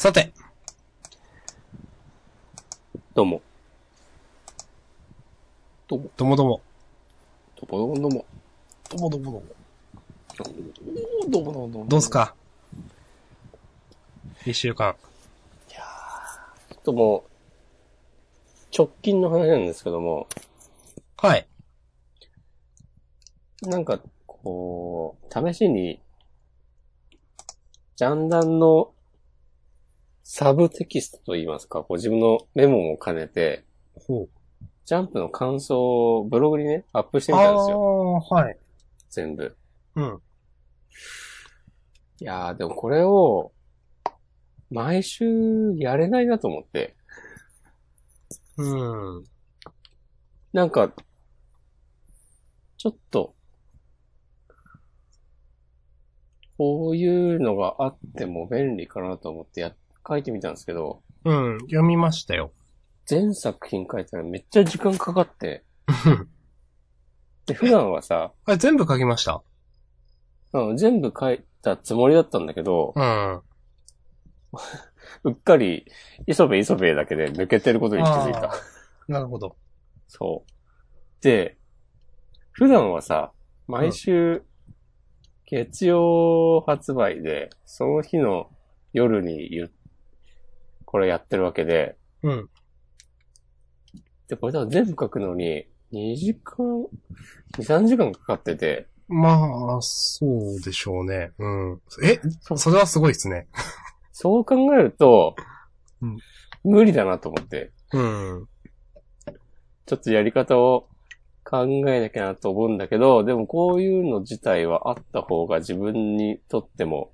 さて。 どうも。どうも。 どうもどうも。 どうもどうも。 どうもどうもどうも。 どうもどうもどうも。 どうすか？一週間。 ちょっともう、直近の話なんですけども、 はい。 なんか、こう、試しに、ジャンダンのサブテキストといいますか、こう自分のメモも兼ねて、 ほう。 ジャンプの感想をブログにね、アップしてみたんですよ。 はい。 全部。 うん。 いやー、でもこれを、毎週やれないなと思って。 うん。 なんか、ちょっと、こういうのがあっても便利かなと思って書いてみたんですけど、 うん。読みましたよ。 全作品書いたらめっちゃ時間かかって、で、普段はさ、 あれ全部書きました？ 全部書いたつもりだったんだけど、 うん。 うっかり、磯部だけで抜けてることに気づいた。 なるほど。 そう。で、普段はさ、毎週、月曜発売で、その日の夜にこれやってるわけで、 うん。 で、これ多分全部書くのに、2時間、2、3時間かかってて、 まあ、そうでしょうね。うん。 そうそれはすごいですね。 そう考えると、 うん。 無理だなと思って、 うん。 ちょっとやり方を考えなきゃなと思うんだけど、でもこういうの自体はあった方が自分にとっても、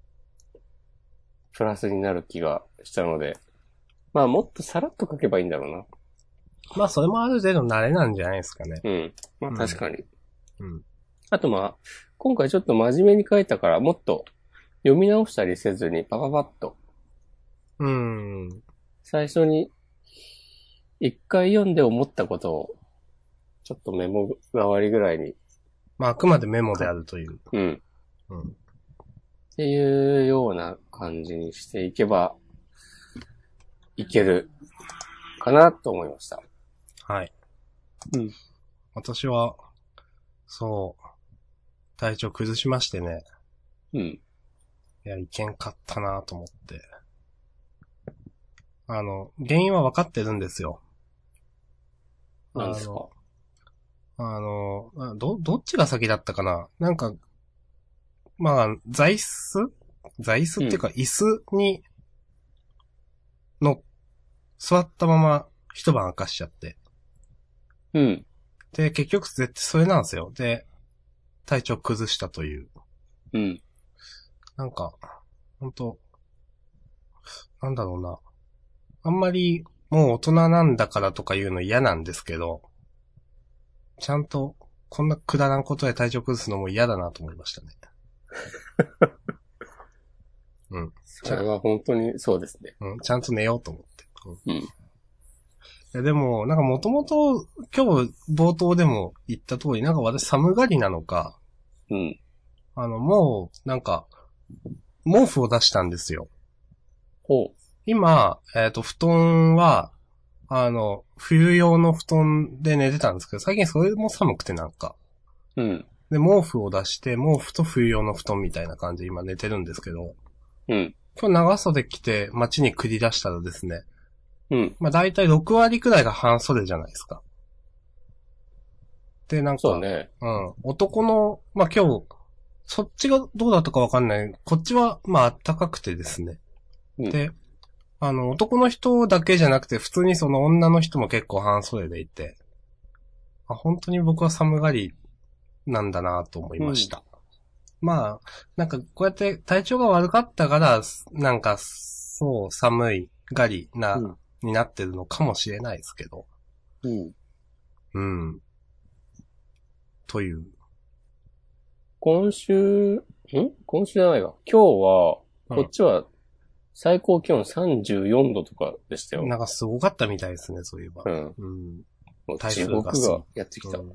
プラスになる気がしたので、まあもっとさらっと書けばいいんだろうな。 まあ、それもある程度慣れなんじゃないですかね。 うん。まあ確かに。 うん。 あとまあ、今回ちょっと真面目に書いたからもっと読み直したりせずにパパパッと、 うん。 最初に一回読んで思ったことを、ちょっとメモ代わりぐらいに、 まあ、あくまでメモであるという。 うん。 うん。 っていうような感じにしていけば、いけるかなと思いました。 はい。 うん。 私は、そう、体調崩しましてね。 うん。 いや、いけんかったなと思って。原因は分かってるんですよ。 何ですか？ どっちが先だったかな？なんか、まあ、座椅子っていうか、椅子に、座ったまま一晩明かしちゃって。 うん。 で、結局絶対それなんですよ。で、体調崩したという。 うん。 なんか、ほんと、なんだろうな。あんまり、もう大人なんだからとか言うの嫌なんですけど、ちゃんと、こんなくだらんことで体調崩すのも嫌だなと思いましたね。うん。 それは本当にそうですね。 うん、ちゃんと寝ようと思って。 うん。 いやでも、なんかもともと、今日冒頭でも言った通り、なんか私寒がりなのか、 うん。 もう、なんか、毛布を出したんですよ。 ほう。 今、布団は、冬用の布団で寝てたんですけど、最近それも寒くてなんか。 うん。 で、毛布を出して、毛布と冬用の布団みたいな感じで今寝てるんですけど、 うん。 今日長袖着て街に繰り出したらですね、 うん。 まあ大体6割くらいが半袖じゃないですか。で、なんか、 そうね。 うん、男の、まあ今日、そっちがどうだったかわかんない。こっちは、まあ暖かくてですね。 うん。 で、男の人だけじゃなくて、普通にその女の人も結構半袖でいて、本当に僕は寒がりなんだなと思いました。まあ、なんかこうやって体調が悪かったから、なんか、そう寒いがりうん。 になってるのかもしれないですけど。 うん。 うん。という。 今週じゃないわ。今日は、 うん。 こっちは最高気温34度とかでしたよ。 なんかすごかったみたいですね、そういえば。 うん。 うん。 もう地台風が獄がやってきた。 うん。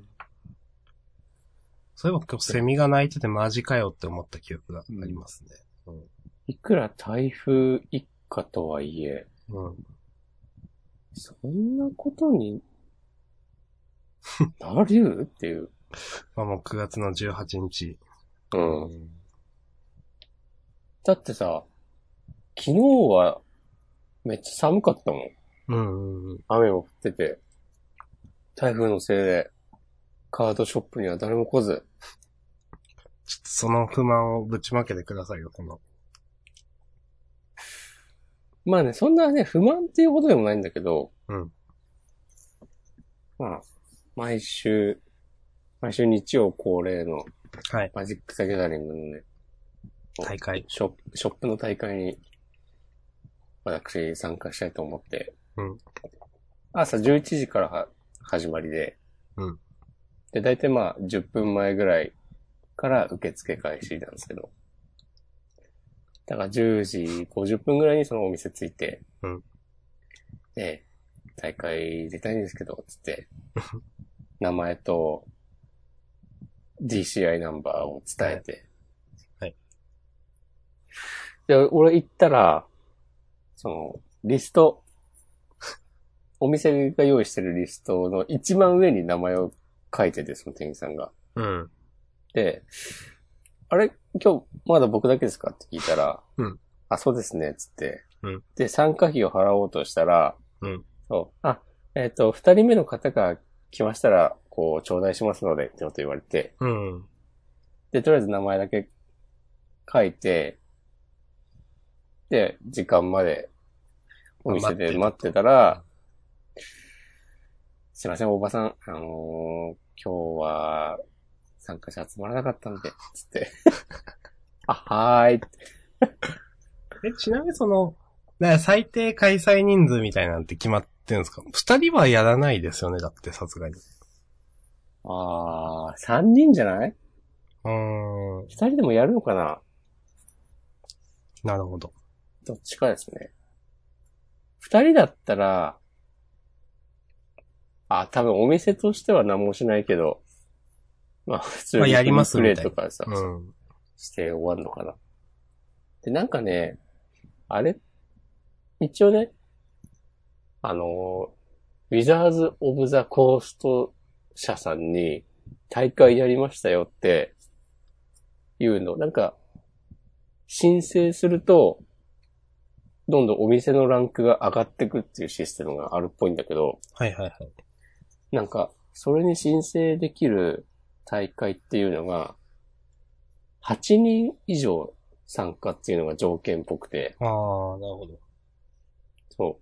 そういえば今日セミが鳴いててマジかよって思った記憶がありますね。うん。 いくら台風一かとはいえ、 うん。 そんなことになるっていう。 まあもう9月の18日。 うん。だってさ、昨日はめっちゃ寒かったもん。 うんうん。 雨も降ってて、台風のせいで、カードショップには誰も来ず。 ちょっとその不満をぶちまけてくださいよ、この。 まあね、そんなね、不満っていうことでもないんだけど、 うん。 まあ、毎週日曜恒例のはい。 マジック・ザ・ギャザリングのね、 大会。 ショップの大会に私参加したいと思って、 うん。 朝11時から始まりで、 うん。 で、だいたいまあ10分前ぐらいから受付開始なんですけど、だから10時50分ぐらいにそのお店着いて、 うん。 で、大会出たいんですけど、つって、名前と DCI ナンバーを伝えて、 はい。 で、俺行ったら、リスト、お店が用意してるリストの一番上に名前を書いてて、その店員さんが。 うん。 で、あれ今日まだ僕だけですかって聞いたら、 うん。 あ、そうですね、つって。 うん。 で、参加費を払おうとしたら、 うん。 そう、二人目の方が来ましたら、こう、頂戴しますので、ってこと言われて、 うん。 で、とりあえず名前だけ書いて、で、時間までお店で待ってたら、すいません、おばさん、今日は参加者集まらなかったんで、つって。あ、はーい。 ちなみにだから最低開催人数みたいなんて決まってるんですか？二人はやらないですよね、だってさすがに。 三人じゃない？ うーん。 二人でもやるのかな？ なるほど。 どっちかですね。二人だったら、多分お店としては何もしないけど、まあ普通まあ、 にやりまフリープレすみたいな。 イとかさ、 うん。 して終わるのかな。で、なんかね、あれ一応ね、ウィザーズ・オブ・ザ・コースト社さんに大会やりましたよっていうの、なんか、申請すると、どんどんお店のランクが上がってくっていうシステムがあるっぽいんだけど、 はいはいはい。 なんか、それに申請できる大会っていうのが、8人以上参加っていうのが条件っぽくて、 ああ、なるほど。 そう。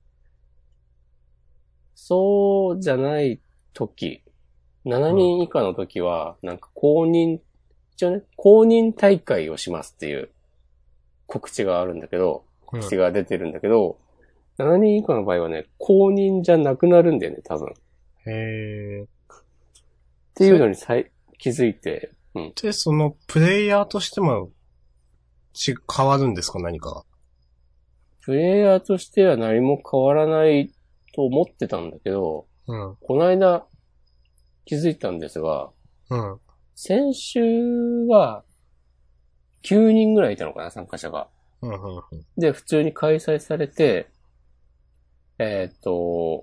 そうじゃない時、7 うん。 人以下の時は、なんか一応ね、公認大会をしますっていう告知があるんだけど、 うん。 告知が出てるんだけど、7人以下の場合はね、公認じゃなくなるんだよね、多分。っへえ。 ていうのに気づいて、うん。 で、プレイヤーとしても、変わるんですか、何かが。 プレイヤーとしては何も変わらないと思ってたんだけど、 うん。 この間気づいたんですが、 うん。 先週は9人ぐらいいたのかな、参加者が。 うん。うん。 で、普通に開催されて、えっと、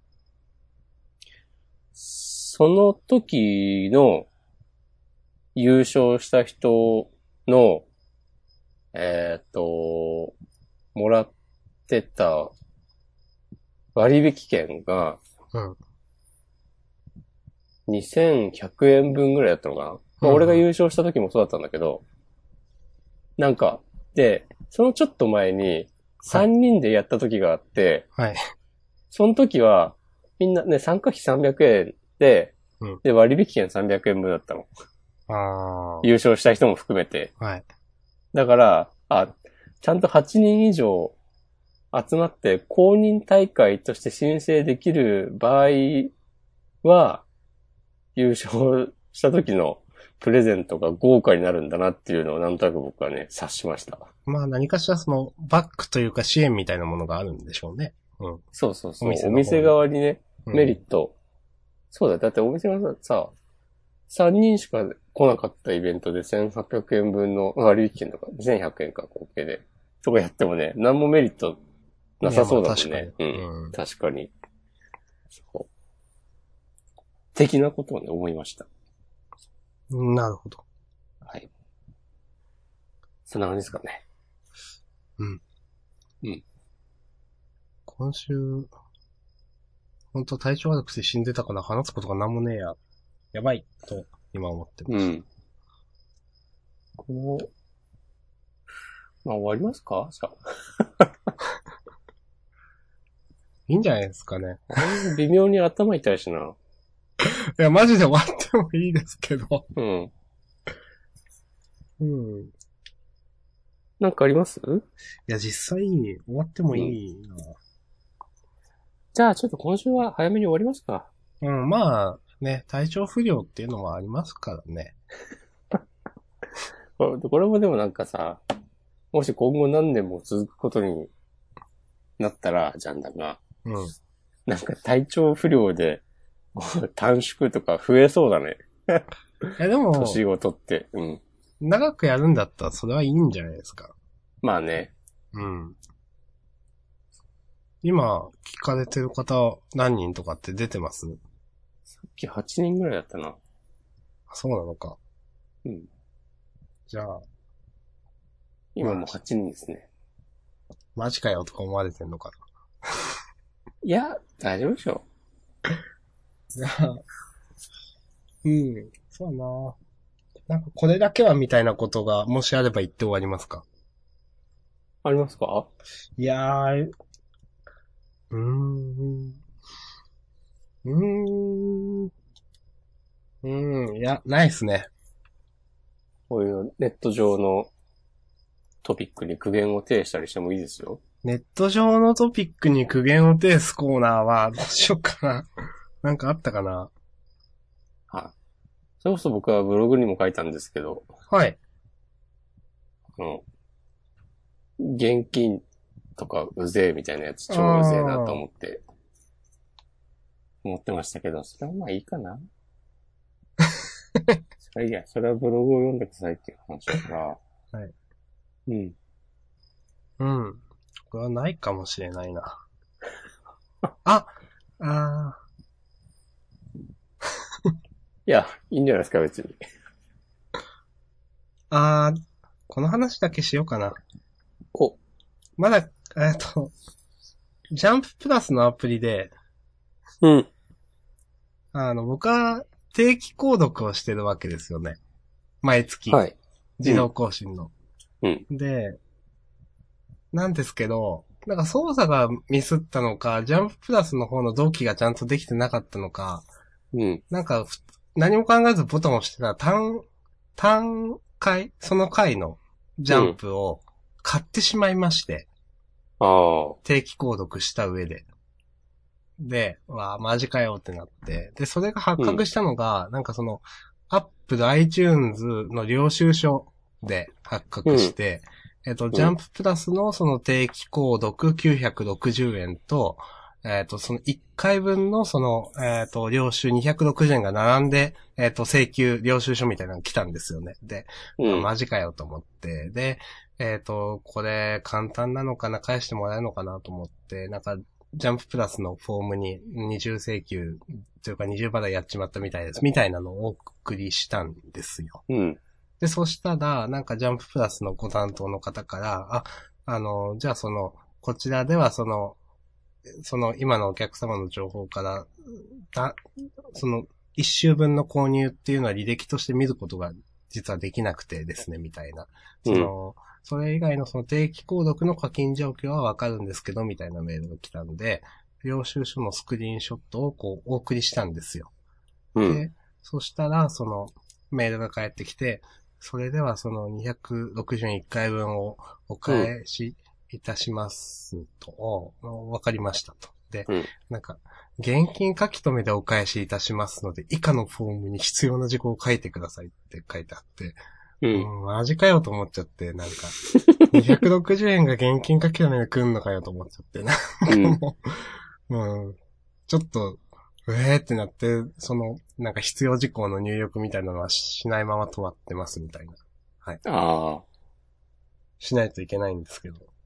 その時の優勝した人の、もらってた割引券がうん。 2100円分ぐらいだったのかな。まあ、俺が優勝した時もそうだったんだけど、なんか、で、そのちょっと前に3人でやった時があって、 はい。 その時はみんなね、参加費300円で、 うん。 で、割引券300円分だったの。 あ優勝した人も含めて。 あ。はい。 だから、ちゃんと8人以上集まって公認大会として申請できる場合は、優勝した時のプレゼントが豪華になるんだなっていうのをなんとなく僕はね、察しました。 まあ何かしらバックというか支援みたいなものがあるんでしょうね。うん。 そうそうそう。 お店の方にお店側にね、 うん、 メリット。そうだよ。だってお店がさ、3人しか来なかったイベントで1800円分の割引券とか、2100円か、合計で。 とかやってもね、何もメリットなさそうだもんね。 いやまあ確かに。 うん。確かに。そう。的なことをね、思いました。 なるほど。 はい。そんな感じですかね。 うん。 うん。 今週、ほんと体調悪くて死んでたから話すことがなんもねえや。やばい、と、今思ってます。 うん。こう、まあ終わりますかじゃあ。 いいんじゃないですかね。 微妙に頭痛いしな。 いや、マジで終わってもいいですけど。 うん。 うん。いなんかありますや、実際、終わってもいいな。 じゃあちょっと今週は早めに終わりますか。 うん、まあ、ね、体調不良っていうのもありますからね。 これもでもなんかさ、もし今後何年も続くことになったら、ジャンダンが、 うん。 なんか体調不良で、短縮とか増えそうだね。 いや、でも、 年を取って。うん。 長くやるんだったらそれはいいんじゃないですか。 まあね。 うん。今、聞かれてる方何人とかって出てます？ さっき8人ぐらいだったな。 そうなのか。 うん。 じゃあ、 今も8人ですね。 マジかよとか思われてんのかいや、大丈夫でしょ。 な。いや、うん。そうな。なんかこれだけはみたいなことが、もしあれば言って終わりますか？ ありますかいやー、うーん。うーん。いや、ないっすね。 こういうネット上のトピックに苦言を呈したりしてもいいですよ。 ネット上のトピックに苦言を呈すコーナーは、どうしよっかな。なんかあったかな。 はい。それこそ僕はブログにも書いたんですけど、 はい。 あの、現金とかうぜえみたいなやつあ超うぜえなとー。 思ってましたけど、それはまあいいかな。それいいや、それはブログを読んでくださいっていう話だから。 はい。 うん。 うん。これはないかもしれないな。あ、あいや、いいんじゃないですか、別に。 この話だけしようかな。 お、 まだ、ジャンププラスのアプリで、 うん。 僕は定期購読をしてるわけですよね。毎月。 はい。 自動更新の。 うん。 で、なんですけど、なんか操作がミスったのか、ジャンププラスの方の同期がちゃんとできてなかったのか、 うん。 なんか何も考えずボタンを押してたら単回その回のジャンプを買ってしまいまして、 ああ。 定期購読した上で。で、マジかよってなって。で、それが発覚したのが、なんかその、Apple iTunes の領収書で発覚して、ジャンププラスのその定期購読960円と、その1回分のその、領収260円が並んで、請求、領収書みたいなのが来たんですよね。で、マジかよと思って、で、これ簡単なのかな、返してもらえるのかなと思って、なんか、ジャンププラスのフォームに二重請求というか二重払いやっちまったみたいです。みたいなのをお送りしたんですよ。 うん。 で、そしたら、なんかジャンププラスのご担当の方から、じゃあこちらでは今のお客様の情報から、一周分の購入っていうのは履歴として見ることが実はできなくてですね、みたいな。それ以外のその定期購読の課金状況はわかるんですけど、みたいなメールが来たんで、領収書のスクリーンショットをお送りしたんですよ。 うん。 で、そしたら、メールが返ってきて、それではその261回分をお返しいたしますと、わかりましたと。で、なんか、現金書き留めでお返しいたしますので、以下のフォームに必要な事項を書いてくださいって書いてあって、マジかよと思っちゃって、なんか、260円が現金書き留めで来んのかよと思っちゃって、なんかもう、ちょっと、ってなって、なんか必要事項の入力みたいなのはしないまま止まってますみたいな。はい。 ああ。 しないといけないんですけど。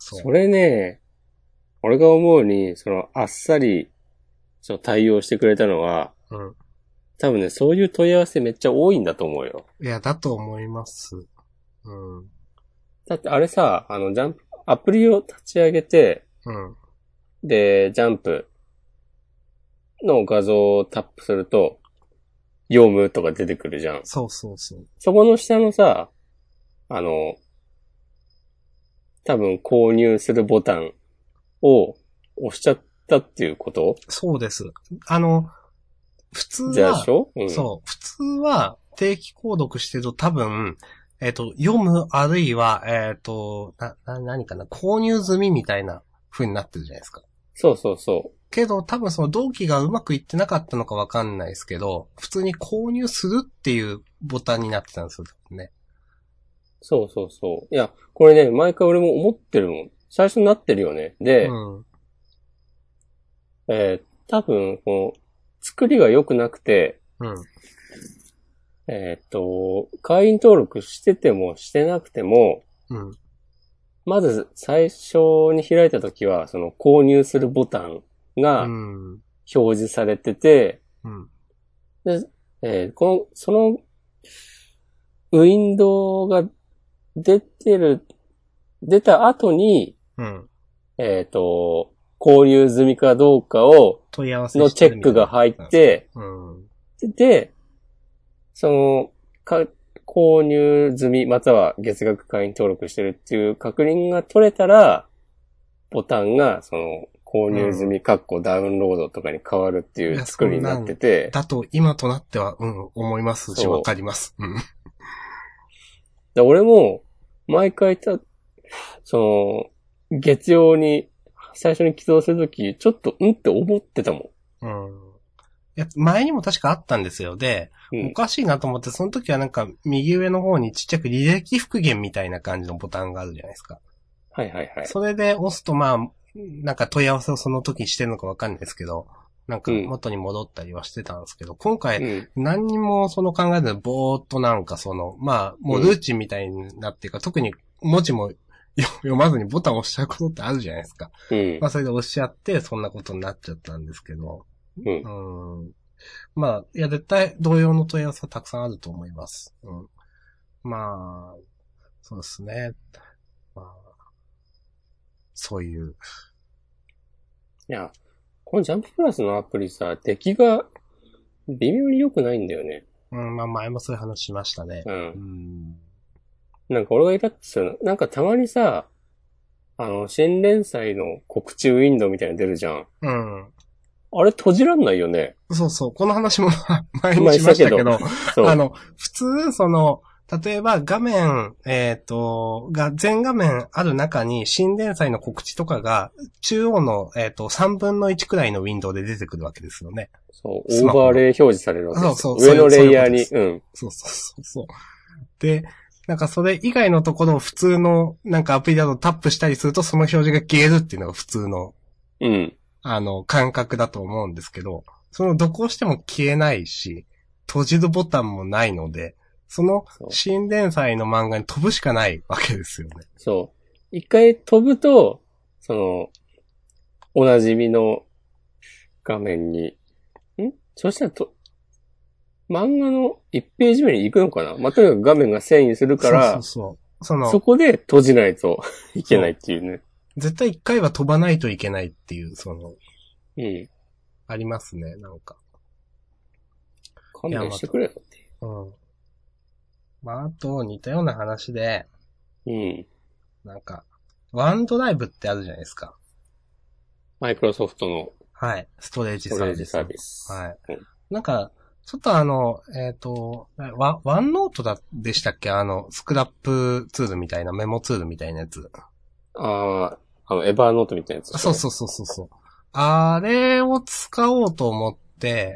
そう。 それね、俺が思うに、あっさり、対応してくれたのは、 うん。 多分ね、そういう問い合わせめっちゃ多いんだと思うよ。 いや、だと思います。うん。 だってあれさ、アプリを立ち上げて、 うん。 で、ジャンプの画像をタップすると、読むとか出てくるじゃん。 そうそうそう。 そこの下のさ、あの、多分購入するボタンを押しちゃったっていうことそうです。普通じゃあでは、 しょうん。 そう、普通は定期購読してると多分、読む、あるいは、何かな、購入済みみたいな風になってるじゃないですか。 そうそうそけど、多分その同期がうまくいってなかったのかわかんないですけど、普通に購入するっていうボタンになってたんですよね。 う。そうそうそう。いや、これね、毎回俺も思ってるもん。最初になってるよね。 うで、 ん。 多分、作りが良くなくて、 うん。 会員登録しててもしてなくても、 うん。 まず最初に開いたときは、その購入するボタンうがん。 表示されてて、 うん。 で、そのウィンドウが出た後に、 うん。 購入済みかどうかの問い合わせしチェックがてるみたいな。 入って、 うん。 で、その、購入済み、または月額会員登録してるっていう確認が取れたら、ボタンが、購入済み、ダウンロードとかに変わるっていいや、 う作りになってて、 だと今となっては、思いますし、 そう。 わかります。うん。 で俺も、毎回月曜に、最初に起動するとき、ちょっと、って思ってたもうん。いや、前にも確かあったんですよ。で、 ん。うん。 おかしいなと思って、その時はなんか、右上の方にちっちゃく履歴復元みたいな感じのボタンがあるじゃないですか。 はいはいはい。 それで押すと、まあ、なんか問い合わせをその時にしてるのかわかんないですけど、なんかうん。 元に戻ったりはしてたんですけど、今回うん。 何にもその考えでぼーっとなんかまあ、もうルーうん。 チンみたいになっていうか、特に文字も読まずにボタンを押しちゃうことってあるじゃないですか。 うん。 まあそれで押しちゃって、そんなことになっちゃったんですけど。 うん。 うん。まあ、いや絶対同様の問い合わせはたくさんあると思います。うん。まあ、そうですね。まあ、そういう。 いや、このジャンププラスのアプリさ、出来が微妙に良くないんだよね。 うん、まあ前もそういう話しましたね。ううん。 ん。 なんか俺がイラッとするの。なんかたまにさ、新連載の告知ウィンドウみたいなの出るじゃん。 うん。 あれ閉じらんないよね。 そうそう。この話も前に前ししたけど。 ましたけど、 そう。 普通、例えば画面、全画面ある中に新連載の告知とかが中央の、3分の1くらいのウィンドウで出てくるわけですよね。 そう、オースマホの。 バーレイ表示されるわけですよ。 そうそう、 上のレイヤーに。 そういうことです。 うん。 そうそうそうそう。で、なんかそれ以外のところを普通のなんかアプリだとタップしたりするとその表示が消えるっていうのが普通のうん。 感覚だと思うんですけど、どこをしても消えないし、閉じるボタンもないので、そのそう。 新連載の漫画に飛ぶしかないわけですよね。 そう。一回飛ぶと、おなじみの画面に、そしたら漫画の1ページ目に行くのかなまあ、とにかく画面が遷移するかそうそうら、 そう。 そこで閉じないといけないっていうね。 絶対一回は飛ばないといけないっていう、 うん。 ありますね、なんか。 勘弁してくれよっていうん。まあ、あと、似たような話で、 う。うん。 なんか、ワンドライブってあるじゃないですか。 マイクロソフトのはい。ストレージサービス。 ストレージサービス。 はい。 うん。 なんか、ちょっとワンノートでしたっけスクラップツールみたいな、メモツールみたいなやつ。 ああ、エバーノートみたいなやつでしょ。 そうそうそうそうそう。あれを使おうと思って、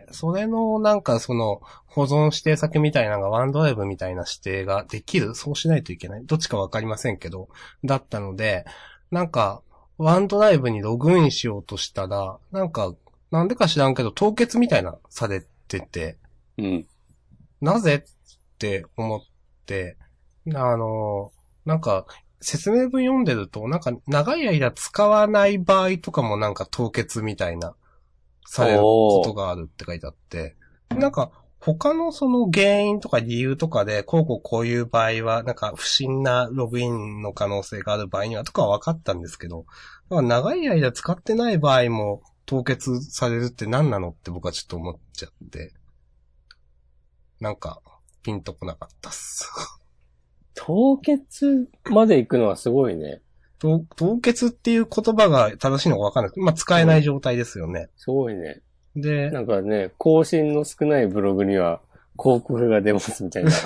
それのなんか保存指定先みたいなのがワンドライブみたいな指定ができるそうしないといけないどっちかわかりませんけど、だったので、なんか、ワンドライブにログインしようとしたら、なんか、なんでか知らんけど凍結みたいなされてて、 うん。 なぜって思って、なんか、 説明文読んでると、なんか長い間使わない場合とかもなんか凍結みたいな、されることがあるって書いてあって、なんか他のその原因とか理由とかで、こういう場合は、なんか不審なログインの可能性がある場合にはとかは分かったんですけど、なんか長い間使ってない場合も凍結されるって何なのって僕はちょっと思っちゃって、なんかピンとこなかったっす。 凍結まで行くのはすごいね。 凍結っていう言葉が正しいのか分かんない。まあ、使えない状態ですよね。 すごいね。 で、 なんかね、更新の少ないブログには広告が出ますみたいな。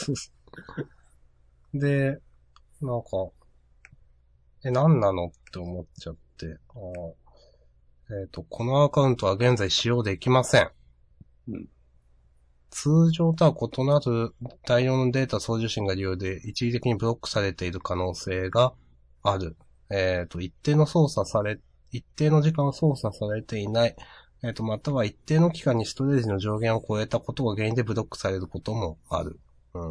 で、なんか、何なのって思っちゃって。このアカウントは現在使用できません。 うん、 通常とは異なる大量のデータ送受信が理由で一時的にブロックされている可能性がある。一定の時間操作されていない。または一定の期間にストレージの上限を超えたことが原因でブロックされることもある。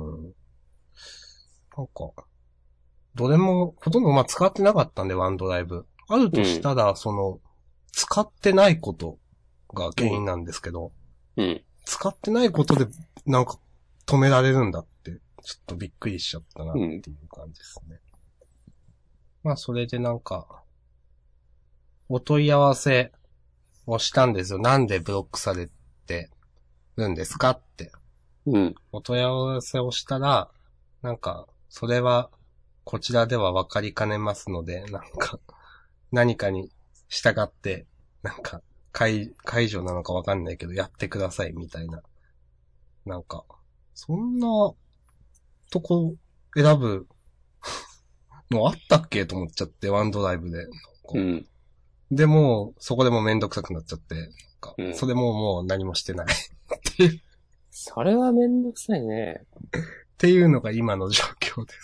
なんか、どれも、ほとんど使ってなかったんで、ワンドライブ。あるとしたら、使ってないことが原因なんですけど、使ってないことで、なんか、止められるんだって、ちょっとびっくりしちゃったなっていう感じですね。まあ、それでなんか、お問い合わせをしたんですよ。なんでブロックされてるんですかって。お問い合わせをしたら、なんか、それは、こちらでは分かりかねますので、なんか、何かに従って、なんか、解除なのか分かんないけど、やってください、みたいな。なんか、そんな、とこ、選ぶのあったっけと思っちゃって、ワンドライブで。でも、そこでもうめんどくさくなっちゃって、それもう何もしてないっていう。 それはめんどくさいね。 っていうのが今の状況です。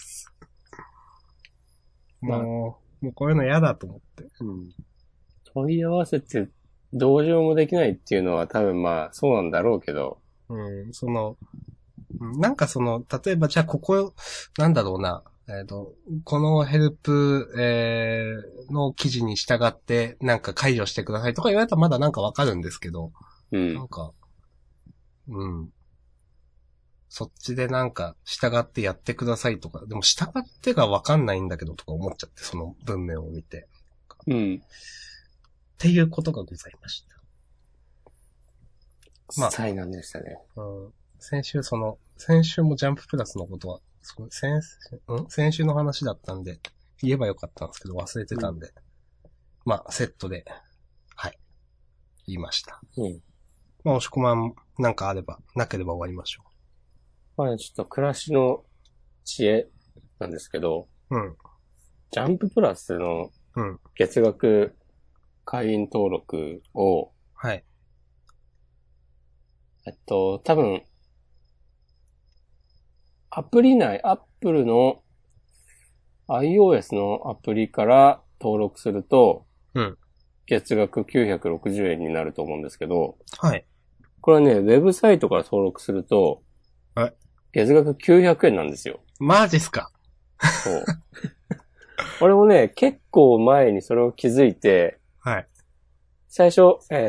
もうこういうの嫌だと思って。 問い合わせってどうしようもできないっていうのは多分そうなんだろうけど。 なんか例えばじゃあここ、なんだろうな、このヘルプ、の記事に従ってなんか解除してくださいとか言われたらまだなんかわかるんですけど、なんか、そっちでなんか従ってやってくださいとか、でも従ってがわかんないんだけどとか思っちゃって、その文面を見て。っていうことがございました。 災難でしたね。 先週もジャンププラスのことは、先週の話だったんで、言えばよかったんですけど忘れてたんで、セットで、はい、言いました。押し込まんなんかあれば、なければ終わりましょう。ちょっと暮らしの知恵なんですけど、ジャンププラスの月額会員登録を、 はい。 多分、アプリ内、Apple の iOS のアプリから登録すると、月額960円になると思うんですけど、 はい。 これはね、ウェブサイトから登録すると、月額900円なんですよ。 マジっすか？ そう。俺もね、結構前にそれを気づいて、 はい。 最初、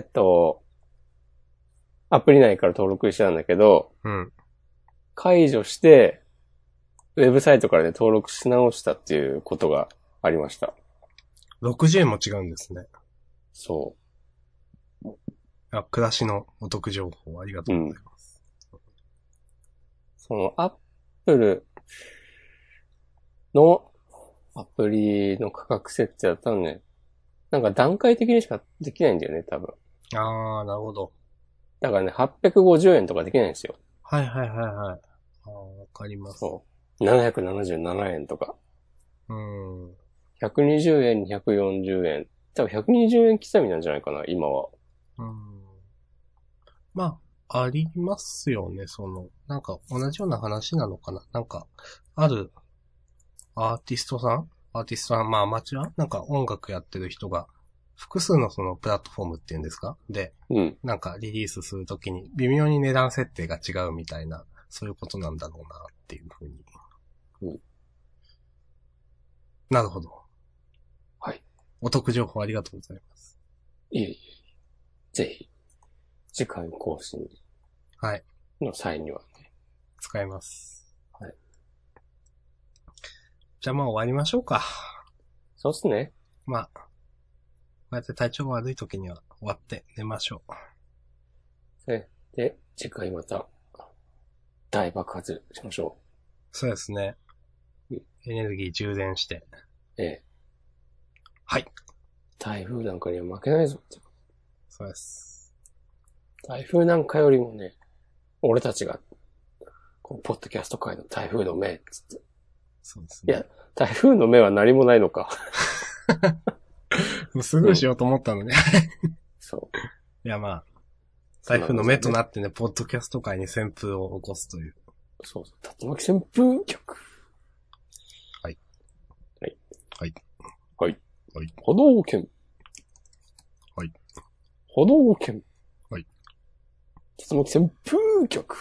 アプリ内から登録してたんだけど、解除して、ウェブサイトからね、登録し直したっていうことがありました。 60円も違うんですね。 そう。 暮らしのお得情報ありがとうございます。 その、Apple のアプリの価格設定だったらね、なんか段階的にしかできないんだよね、多分。 なるほど。 だからね、850円とかできないんですよ。 はい。わかります。 そう。777円とか。 120 円、240円。多分120円刻みなんじゃないかな、今は。 ありますよね、なんか同じような話なのかな。なんか、あるアーティストさん、アマチュアなんか音楽やってる人が、複数のプラットフォームっていうんですかで、なんかリリースするときに微妙に値段設定が違うみたいな、そういうことなんだろうなっていうふうに。 なるほど。 はい。 お得情報ありがとうございます。 いえいえ。ぜひ、次回更新はい。 の際にはね。 使います。 はい。 じゃあまあ終わりましょうか。 そうっすね。 まあ、こうやって体調が悪い時には終わって寝ましょう。 で、次回また、大爆発しましょそうですね。エネルギー充電して。 う。ええ。 はい。 台風なんかには負けないぞ。 そうです。 台風なんかよりもね、俺たちが、このポッドキャスト界の台風の目、つって。 そうですね。 いや、台風の目は何もないのか。 もうすぐしようと思ったのね。 そう。 いやまあ、台風の目となってね、ポッドキャスト界に旋風を起こすという。 そうそう。竜巻旋風曲。 はい。 はい。 はい。 はい。 はい。 歩道犬。 はい。 歩道犬。 はい。 竜巻旋風曲。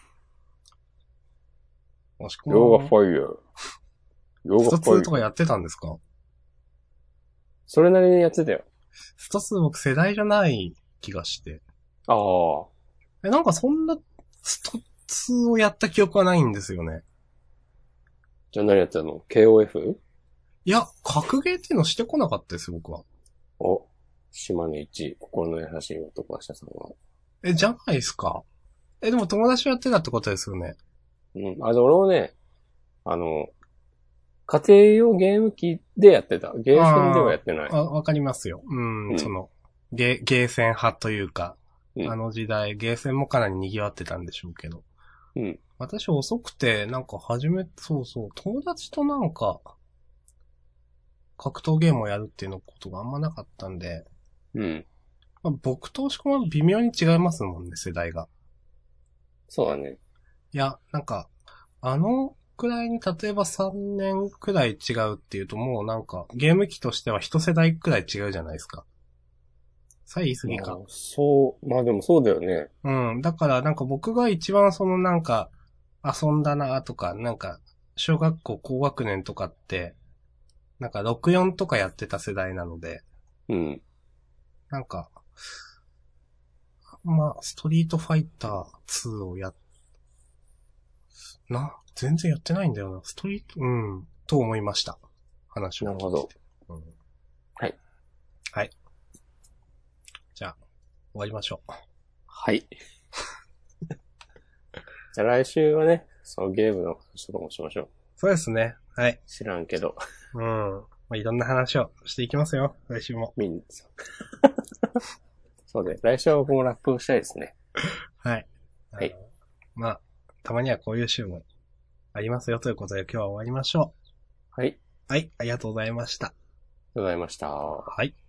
もしくは。 ヨガファイヤー。ヨガファイヤー。 スト2とかやってたんですか？ それなりにやってたよ。 スト2僕世代じゃない気がして。 ああ。 なんかそんな、スト2をやった記憶はないんですよね。 じゃあ何やってたの？ KOF？ いや、格ゲーっていうのしてこなかったですよ、僕は。 お、島根一、心の優しい男明日さんは。 じゃないですか。でも友達とやってたってことですよね。 うん。あ、俺もね、家庭用ゲーム機でやってた。ゲーセンではやってない。 わかりますよ。 うん、 その、ゲーセン派というか、 うん、 あの時代、ゲーセンもかなり賑わってたんでしょうけど。 うん。 私遅くて、なんかそうそう、友達となんか、格闘ゲームをやるっていうのことがあんまなかったんで、 うん。 まあ、僕と押し込ま微妙に違いますもんね、世代が。 そうだね。 いや、なんか、あのくらいに例えば3年くらい違うっていうともうなんか、ゲーム機としては一世代くらい違うじゃないですか。さあ言い過ぎか。 そう、まあでもそうだよね。 うん。だからなんか僕が一番そのなんか、遊んだなとか、なんか、小学校高学年とかって、なんか64とかやってた世代なので、 うん。 なんか、まあ、ストリートファイター2を全然やってないんだよな。と思いました。話を聞いて。 なるほど。 うん、 はい。 はい。じゃあ、終わりましょう。 はい。じゃあ来週はね、そのゲームの話とかもしましょう。 そうですね。はい。 知らんけど。 うん。まあ、いろんな話をしていきますよ。来週も。 みんな。そうで、来週は僕もラップをしたいですね。 はい。 はい。 まあ、たまにはこういう週もありますよということで今日は終わりましょはい。 う。はい。ありがとうございました。 ありがとうございました。 はい。